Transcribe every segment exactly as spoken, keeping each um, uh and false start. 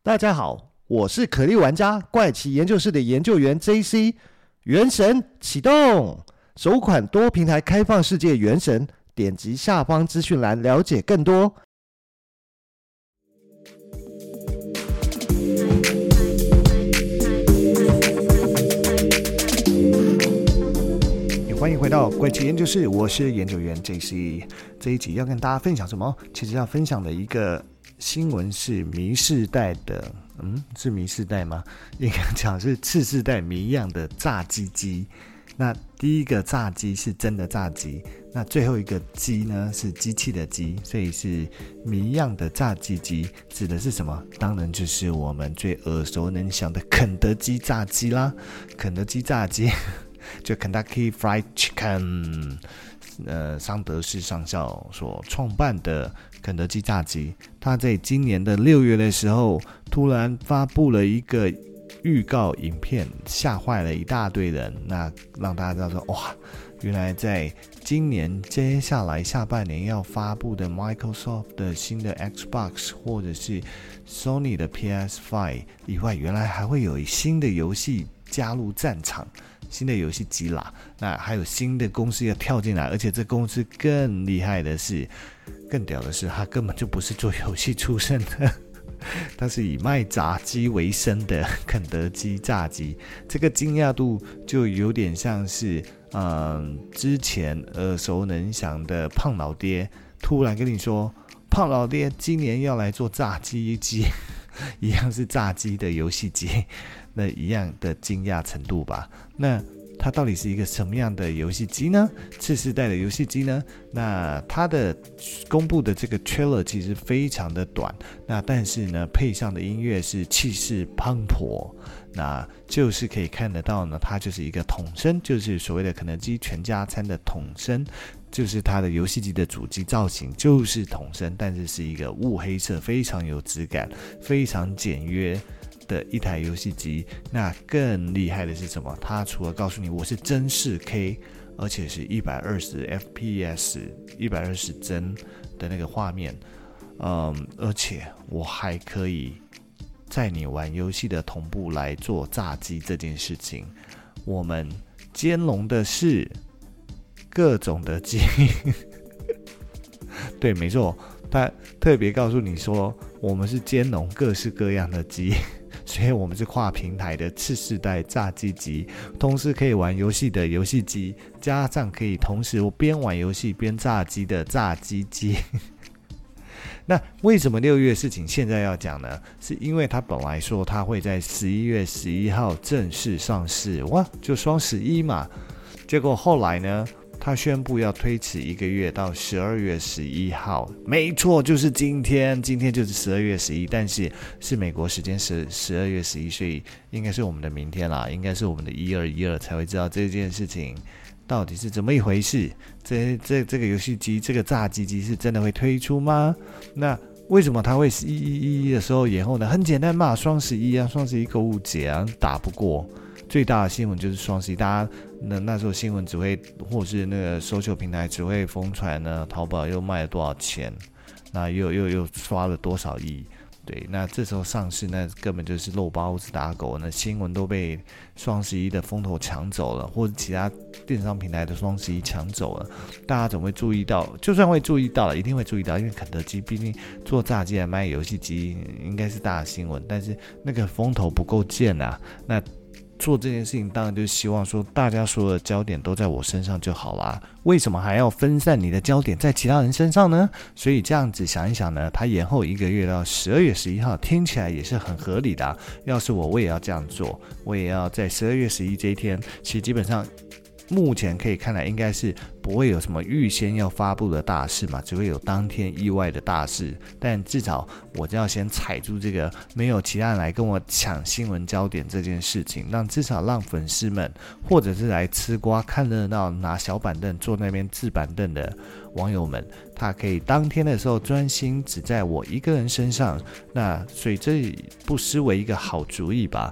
大家好，我是可莉玩家怪奇研究室的研究员 J C。 原神启动，首款多平台开放世界原神，点击下方资讯栏了解更多。欢迎回到怪奇研究室，我是研究员 J C。 这一集要跟大家分享什么？其实要分享的一个新闻是迷世代的，嗯，是迷世代吗？应该讲是次世代迷一样的炸鸡机。那第一个炸鸡是真的炸鸡，那最后一个鸡呢是机器的鸡，所以是谜样的炸鸡鸡。指的是什么？当然就是我们最耳熟能详的肯德基炸鸡啦。肯德基炸鸡就 Kentucky Fried Chicken， 呃，桑德士上校所创办的肯德基炸鸡，他在今年的六月的时候突然发布了一个预告影片，吓坏了一大堆人。那让大家知道说，哇，原来在今年接下来下半年要发布的 Microsoft 的新的 Xbox 或者是 Sony 的 P S 五 以外，原来还会有新的游戏加入战场，新的游戏机啦。那还有新的公司要跳进来，而且这公司更厉害的是，更屌的是，它根本就不是做游戏出身的，它是以卖炸鸡为生的肯德基炸鸡。这个惊讶度就有点像是，嗯，之前耳熟能详的胖老爹突然跟你说，胖老爹今年要来做炸鸡机，一样是炸鸡的游戏机，那一样的惊讶程度吧。那它到底是一个什么样的游戏机呢？次世代的游戏机呢？那它的公布的这个 trailer 其实非常的短，那但是呢，配上的音乐是气势磅礴，那就是可以看得到呢，它就是一个桶身，就是所谓的肯德基全家餐的桶身，就是它的游戏机的主机造型就是桶身，但是是一个雾黑色，非常有质感，非常简约的一台游戏机。那更厉害的是什么？它除了告诉你我是真 四 K， 而且是一百二十 F P S 一百二十帧的那个画面，嗯，而且我还可以在你玩游戏的同步来做炸鸡这件事情。我们兼容的是各种的鸡对，没错，他特别告诉你说我们是兼容各式各样的鸡，所以我们是跨平台的次世代炸鸡机，同时可以玩游戏的游戏机，加上可以同时边玩游戏边炸鸡的炸鸡机那为什么六月事情现在要讲呢？是因为他本来说他会在十一月十一号正式上市，哇，就双十一嘛。结果后来呢，他宣布要推迟一个月到十二月十一号，没错，就是今天，今天就是十二月十一，但是是美国时间是十二月十一，所以应该是我们的明天啦，应该是我们的一二一二才会知道这件事情到底是怎么一回事。这这这个游戏机，这个炸鸡机是真的会推出吗？那为什么它会一一一的时候延后呢？很简单嘛，双十一啊，双十一购物节啊，打不过。最大的新闻就是双十一，大家那那时候新闻只会或是那个social平台只会疯传呢，淘宝又卖了多少钱，那又又又刷了多少亿。对，那这时候上市那根本就是肉包子打狗，那新闻都被双十一的风头抢走了，或者其他电商平台的双十一抢走了，大家总会注意到，就算会注意到了，一定会注意到，因为肯德基毕竟做炸鸡来卖游戏机，应该是大的新闻，但是那个风头不够健啊，那做这件事情当然就是希望说大家所有的焦点都在我身上就好啦，为什么还要分散你的焦点在其他人身上呢？所以这样子想一想呢，它延后一个月到十二月十一号，听起来也是很合理的啊。要是我我也要这样做，我也要在十二月十一这一天，其实基本上目前可以看来应该是不会有什么预先要发布的大事嘛，只会有当天意外的大事，但至少我就要先踩住这个没有其他人来跟我抢新闻焦点这件事情，让至少让粉丝们或者是来吃瓜看热闹拿小板凳坐那边置板凳的网友们，他可以当天的时候专心只在我一个人身上，那所以这不失为一个好主意吧。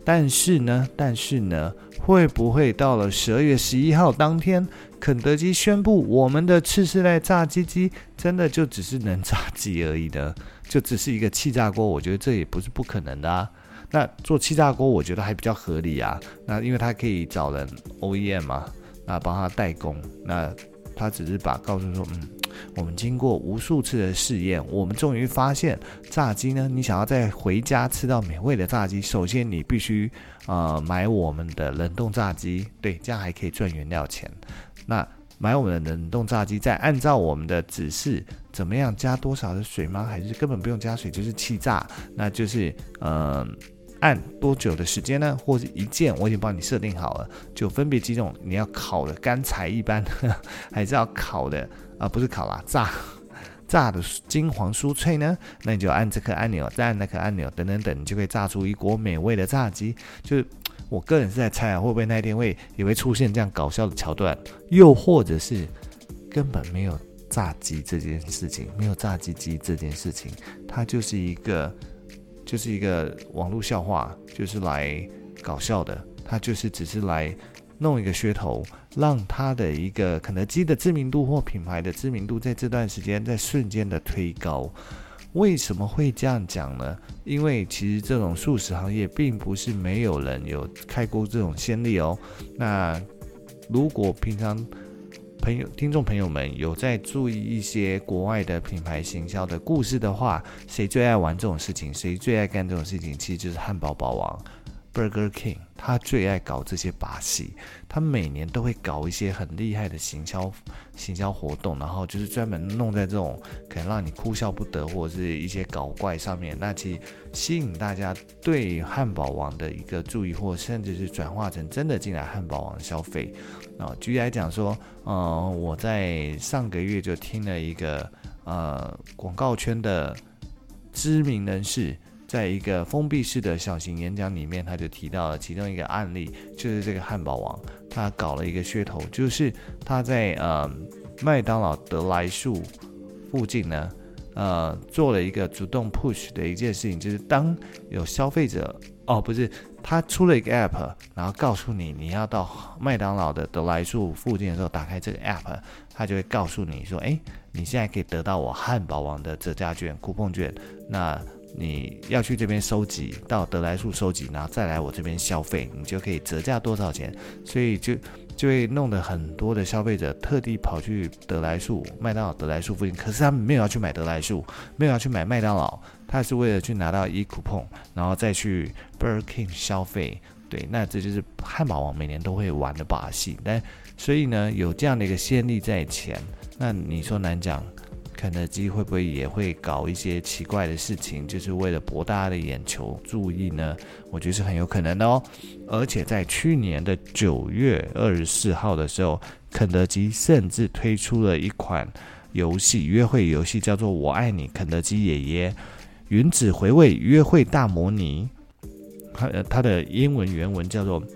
但是呢，但是呢，会不会到了十二月十一号当天，肯德基宣布我们的次世代炸鸡机真的就只是能炸鸡而已呢？就只是一个气炸锅，我觉得这也不是不可能的啊。那做气炸锅，我觉得还比较合理啊。那因为它可以找人 O E M 嘛，那帮他代工，那他只是把告诉说，嗯。我们经过无数次的试验，我们终于发现炸鸡呢，你想要在回家吃到美味的炸鸡，首先你必须呃买我们的冷冻炸鸡，对，这样还可以赚原料钱。那买我们的冷冻炸鸡，再按照我们的指示怎么样加多少的水吗？还是根本不用加水，就是气炸？那就是呃按多久的时间呢？或者一件我已经帮你设定好了，就分别几种，你要烤的干柴一般，还是要烤的？啊，不是烤啦，炸炸的金黄酥脆呢，那你就按这颗按钮，再按那颗按钮，等等等，你就可以炸出一锅美味的炸鸡。就是我个人是在猜啊，会不会那一天会也会出现这样搞笑的桥段，又或者是根本没有炸鸡这件事情，没有炸鸡机这件事情，它就是一个就是一个网络笑话，就是来搞笑的，它就是只是来弄一个噱头，让它的一个肯德基的知名度或品牌的知名度在这段时间在瞬间的推高。为什么会这样讲呢？因为其实这种素食行业并不是没有人有开过这种先例哦。那如果平常朋友听众朋友们有在注意一些国外的品牌行销的故事的话，谁最爱玩这种事情，谁最爱干这种事情，其实就是汉堡包王Burger King， 他最爱搞这些把戏，他每年都会搞一些很厉害的行销行销活动，然后就是专门弄在这种可能让你哭笑不得或者是一些搞怪上面，那其实吸引大家对汉堡王的一个注意，或甚至是转化成真的进来汉堡王消费。啊，举例来讲说，呃，我在上个月就听了一个呃广告圈的知名人士。在一个封闭式的小型演讲里面，他就提到了其中一个案例，就是这个汉堡王，他搞了一个噱头，就是他在呃麦当劳得来速附近呢，呃做了一个主动 push 的一件事情，就是当有消费者哦不是，他出了一个 app， 然后告诉你你要到麦当劳的得来速附近的时候，打开这个 app， 他就会告诉你说，哎，你现在可以得到我汉堡王的折价券、酷券，那你要去这边收集到得来速收集，然后再来我这边消费，你就可以折价多少钱，所以就就会弄得很多的消费者特地跑去得来速麦当劳得来速附近，可是他们没有要去买得来速，没有要去买麦当劳，他是为了去拿到 e-coupon， 然后再去 Burger King 消费。对，那这就是汉堡王每年都会玩的把戏。但所以呢，有这样的一个先例在前，那你说难讲，肯德基会不会也会搞一些奇怪的事情，就是为了博大家的眼球注意呢？我觉得是很有可能的哦。而且在去年的九月二十四号的时候，肯德基甚至推出了一款游戏，约会游戏，叫做《我爱你，肯德基爷爷》，原子回味约会大模拟。它, 它的英文原文叫做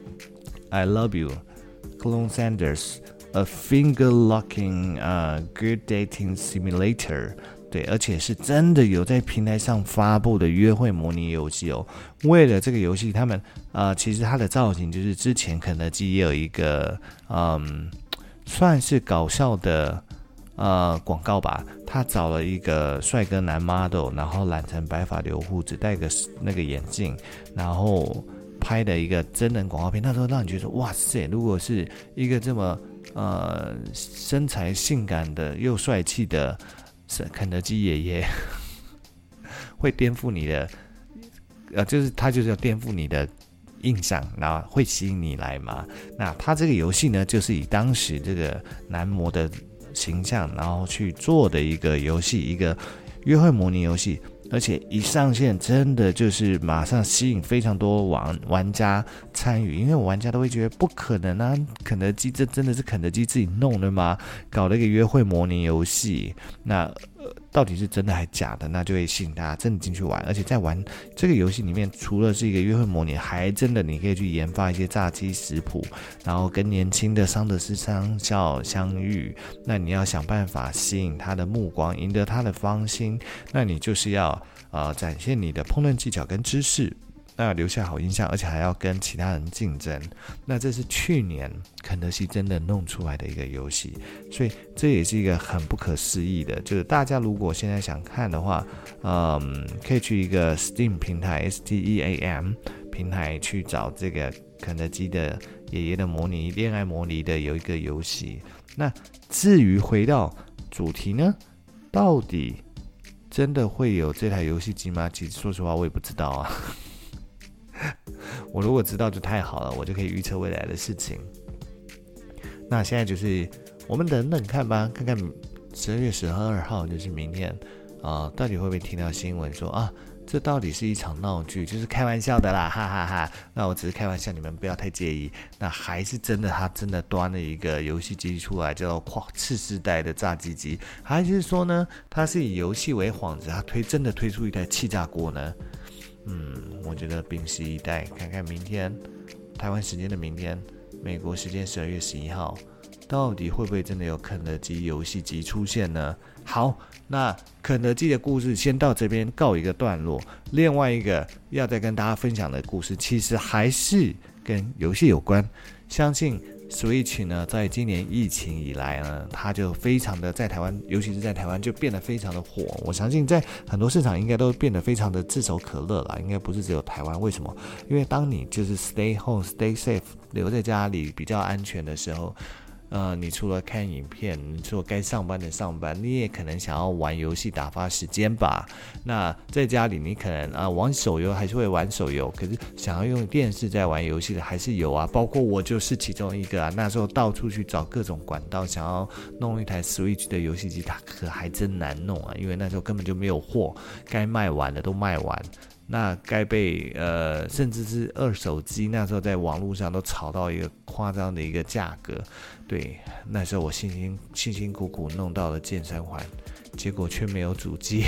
I love you, Colonel Sanders, a finger-locking、uh, good dating simulator。 对，而且是真的有在平台上发布的约会模拟游戏哦。为了这个游戏，他们呃，其实它的造型就是之前肯德基也有一个嗯，算是搞笑的呃广告吧，他找了一个帅哥男 model， 然后染成白发留胡子，戴个那个眼镜，然后拍的一个真人广告片。那时候让你觉得哇塞，如果是一个这么呃身材性感的又帅气的肯德基爷爷，会颠覆你的呃，就是他就是要颠覆你的印象，然后会吸引你来嘛。那他这个游戏呢，就是以当时这个男模的形象，然后去做的一个游戏，一个约会模拟游戏，而且一上线真的就是马上吸引非常多玩玩家参与，因为玩家都会觉得不可能啊，肯德基这真的是肯德基自己弄的吗？搞了一个约会模拟游戏，那、呃、到底是真的还假的？那就会吸引大家真的进去玩，而且在玩这个游戏里面，除了是一个约会模拟，还真的你可以去研发一些炸鸡食谱，然后跟年轻的桑德斯上校相遇，那你要想办法吸引他的目光，赢得他的芳心，那你就是要呃展现你的烹饪技巧跟知识， 那留下好印象，而且还要跟其他人竞争。那这是去年肯德基真的弄出来的一个游戏，所以这也是一个很不可思议的。就是大家如果现在想看的话，嗯，可以去一个 Steam 平台 S T E A M 平台去找这个肯德基的爷爷的模拟恋爱模拟的有一个游戏。那至于回到主题呢，到底真的会有这台游戏机吗？其实说实话我也不知道啊。我如果知道就太好了，我就可以预测未来的事情。那现在就是我们等等看吧，看看十二月十二号就是明天啊、呃，到底会不会听到新闻说啊，这到底是一场闹剧，就是开玩笑的啦，哈哈哈哈。那我只是开玩笑，你们不要太介意。那还是真的，他真的端了一个游戏机出来，叫做次世代的炸鸡机，还是说呢，他是以游戏为幌子，他推真的推出一台气炸锅呢？嗯，我觉得屏息以待，看看明天台湾时间的明天，美国时间十二月十一号，到底会不会真的有肯德基游戏机出现呢？好，那肯德基的故事先到这边告一个段落。另外一个要再跟大家分享的故事，其实还是跟游戏有关。相信 Switch 呢，在今年疫情以来呢，它就非常的在台湾，尤其是在台湾就变得非常的火。我相信在很多市场应该都变得非常的炙手可热啦，应该不是只有台湾。为什么？因为当你就是 stay home, stay safe， 留在家里比较安全的时候，呃，你除了看影片，你除了该上班的上班，你也可能想要玩游戏打发时间吧。那在家里你可能啊、呃、玩手游还是会玩手游，可是想要用电视在玩游戏的还是有啊，包括我就是其中一个啊。那时候到处去找各种管道，想要弄一台 Switch 的游戏机，它可还真难弄啊，因为那时候根本就没有货，该卖完的都卖完。那该被呃，甚至是二手机，那时候在网络上都炒到一个夸张的一个价格。对，那时候我辛辛辛辛苦苦弄到了健身环，结果却没有主机。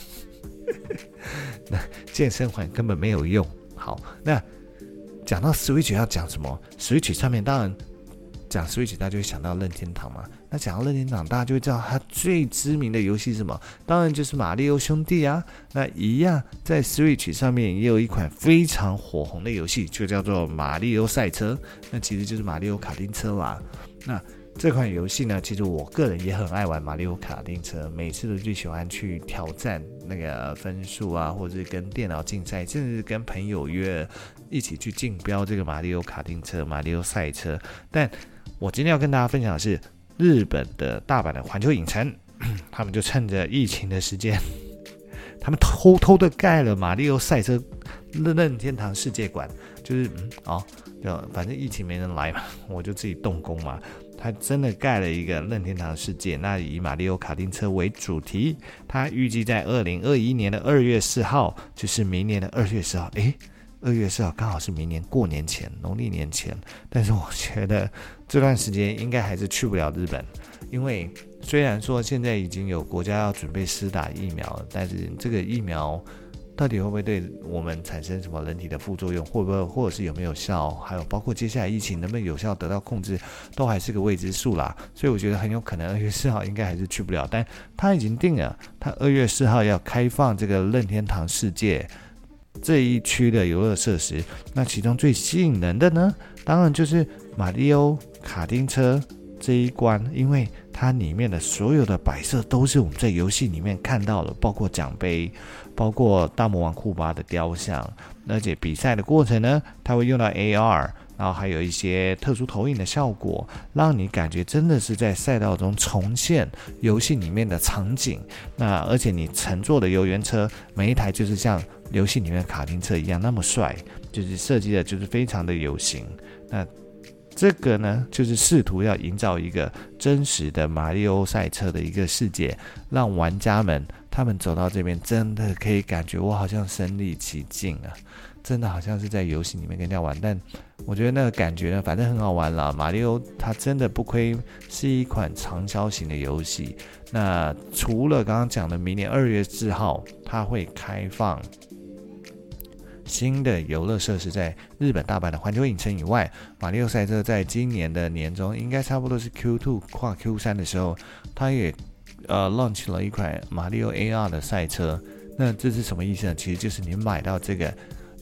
那健身环根本没有用。好，那讲到 Switch 要讲什么 ？Switch 上面当然讲 Switch， 大家就会想到任天堂嘛。那讲到任天堂，大家就会知道它最知名的游戏是什么？当然就是马里奥兄弟啊。那一样在 Switch 上面也有一款非常火红的游戏，就叫做马里奥赛车。那其实就是马里奥卡丁车啦。那这款游戏呢，其实我个人也很爱玩马里奥卡丁车，每次都最喜欢去挑战那个分数啊，或者是跟电脑竞赛，甚至是跟朋友约一起去竞标这个马里奥卡丁车、马里奥赛车。但我今天要跟大家分享的是日本的大阪的环球影城，他们就趁着疫情的时间，他们偷偷的盖了马里奥赛车任天堂世界馆，就是嗯哦，就反正疫情没人来嘛，我就自己动工嘛。他真的盖了一个任天堂世界，那以马里奥卡丁车为主题，他预计在二零二一年的二月四号，就是明年的二月四号，诶二月四号刚好是明年过年前，农历年前。但是我觉得这段时间应该还是去不了日本，因为虽然说现在已经有国家要准备施打疫苗了，但是这个疫苗到底会不会对我们产生什么人体的副作用，会不会或者是有没有效，还有包括接下来疫情能不能有效得到控制，都还是个未知数啦。所以我觉得很有可能二月四号应该还是去不了，但他已经定了，他二月四号要开放这个任天堂世界这一区的游乐设施。那其中最吸引人的呢，当然就是马里奥卡丁车这一关，因为它里面的所有的摆设都是我们在游戏里面看到的，包括奖杯，包括大魔王库巴的雕像，而且比赛的过程呢，它会用到 A R， 然后还有一些特殊投影的效果，让你感觉真的是在赛道中重现游戏里面的场景。那而且你乘坐的游园车，每一台就是像游戏里面的卡丁车一样那么帅，就是设计的就是非常的有型。那这个呢，就是试图要营造一个真实的马里奥赛车的一个世界，让玩家们他们走到这边，真的可以感觉我好像身临其境啊，真的好像是在游戏里面跟人家玩。但我觉得那个感觉呢，反正很好玩啦。马里奥它真的不亏是一款长销型的游戏。那除了刚刚讲的明年二月四号，它会开放新的游乐设施在日本大阪的环球影城以外，马里奥赛车在今年的年中，应该差不多是 Q 二 跨 Q 三的时候，它也呃 launch 了一款马里奥 A R 的赛车。那这是什么意思呢？其实就是你买到这个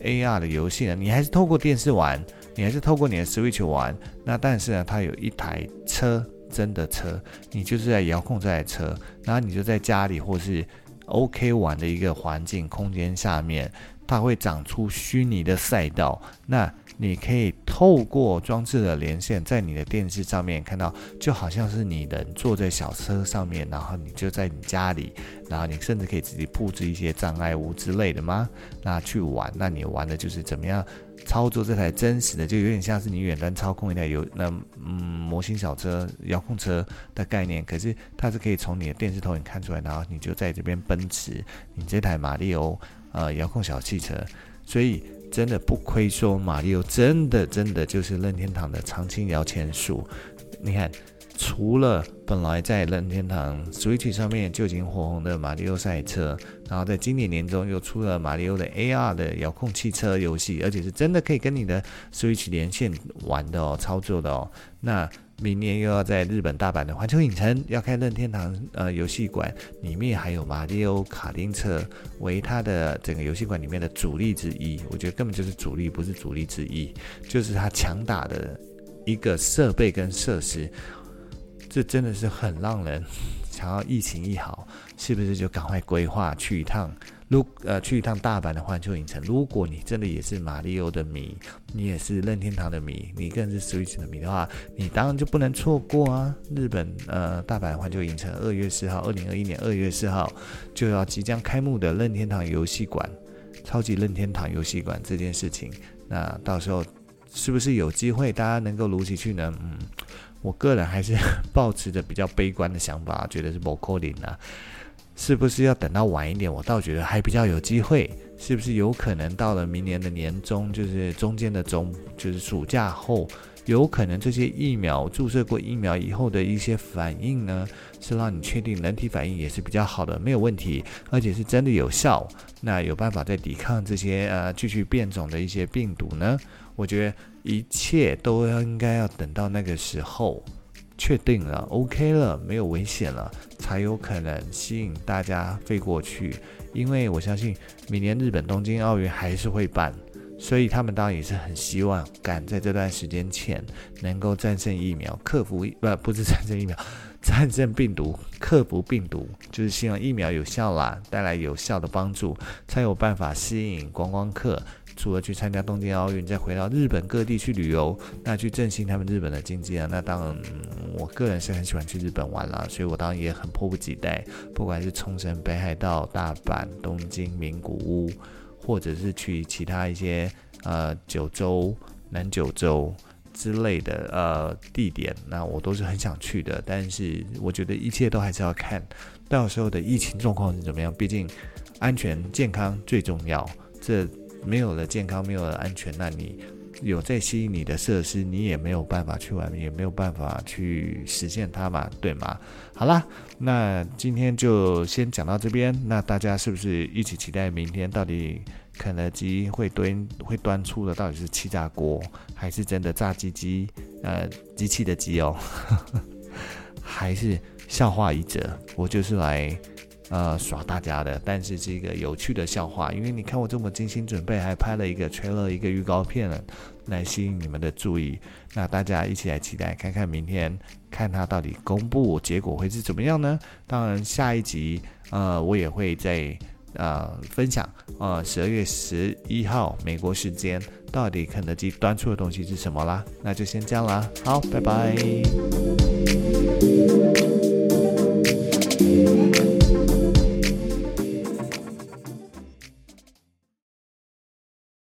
A R 的游戏呢，你还是透过电视玩，你还是透过你的 Switch 玩，那但是呢，它有一台车，真的车，你就是在遥控这台车，然后你就在家里或是 OK 玩的一个环境空间下面，它会长出虚拟的赛道，那你可以透过装置的连线，在你的电视上面看到，就好像是你人坐在小车上面，然后你就在你家里，然后你甚至可以自己布置一些障碍物之类的吗？那去玩，那你玩的就是怎么样操作这台真实的，就有点像是你远端操控一台有那嗯模型小车、遥控车的概念，可是它是可以从你的电视投影看出来，然后你就在这边奔驰你这台马里欧呃遥控小汽车，所以真的不亏说马里欧真的真的就是任天堂的常青摇钱树。你看，除了本来在任天堂 Switch 上面就已经火红的马里欧赛车，然后在今年年中又出了马里欧的 A R 的遥控汽车游戏，而且是真的可以跟你的 Switch 连线玩的哦，操作的哦。那明年又要在日本大阪的环球影城要开任天堂呃游戏馆，里面还有马里欧卡丁车为它的整个游戏馆里面的主力之一，我觉得根本就是主力，不是主力之一，就是它强大的一个设备跟设施，这真的是很让人想要疫情一好，是不是就赶快规划去一趟？如呃去一趟大阪的环球影城，如果你真的也是马里欧的迷，你也是任天堂的迷，你更是 Switch 的迷的话，你当然就不能错过啊！日本呃大阪环球影城二月四号，二零二一年二月四号就要即将开幕的任天堂游戏馆，超级任天堂游戏馆这件事情，那到时候是不是有机会大家能够如期去呢？嗯，我个人还是抱持着比较悲观的想法，觉得是不可能啊。是不是要等到晚一点？我倒觉得还比较有机会。是不是有可能到了明年的年中，就是中间的中，就是暑假后，有可能这些疫苗注射过疫苗以后的一些反应呢，是让你确定人体反应也是比较好的，没有问题，而且是真的有效。那有办法在抵抗这些呃继续变种的一些病毒呢？我觉得一切都应该要等到那个时候。确定了 OK 了，没有危险了，才有可能吸引大家飞过去。因为我相信明年日本东京奥运还是会办，所以他们当然也是很希望赶在这段时间前能够战胜疫苗，克服不不是战胜疫苗，战胜病毒，克服病毒，就是希望疫苗有效啦，带来有效的帮助，才有办法吸引观光客。除了去参加东京奥运，再回到日本各地去旅游，那去振兴他们日本的经济啊，那当然、嗯、我个人是很喜欢去日本玩啦，所以我当然也很迫不及待，不管是冲绳、北海道、大阪、东京、名古屋，或者是去其他一些呃九州、南九州之类的呃地点，那我都是很想去的，但是我觉得一切都还是要看到时候的疫情状况是怎么样，毕竟安全健康最重要，这没有了健康，没有了安全，那你有在吸引你的设施，你也没有办法去玩，也没有办法去实现它嘛，对吗？好啦，那今天就先讲到这边，那大家是不是一起期待明天到底肯德基会端会端出的到底是气炸锅，还是真的炸鸡鸡呃机器的鸡哦还是笑话一则？我就是来呃，耍大家的，但是是一个有趣的笑话，因为你看我这么精心准备，还拍了一个 trailer 一个预告片了，来吸引你们的注意。那大家一起来期待，看看明天看它到底公布结果会是怎么样呢？当然，下一集呃，我也会在呃分享呃十二月十一号美国时间到底肯德基端出的东西是什么啦。那就先这样啦，好，拜拜。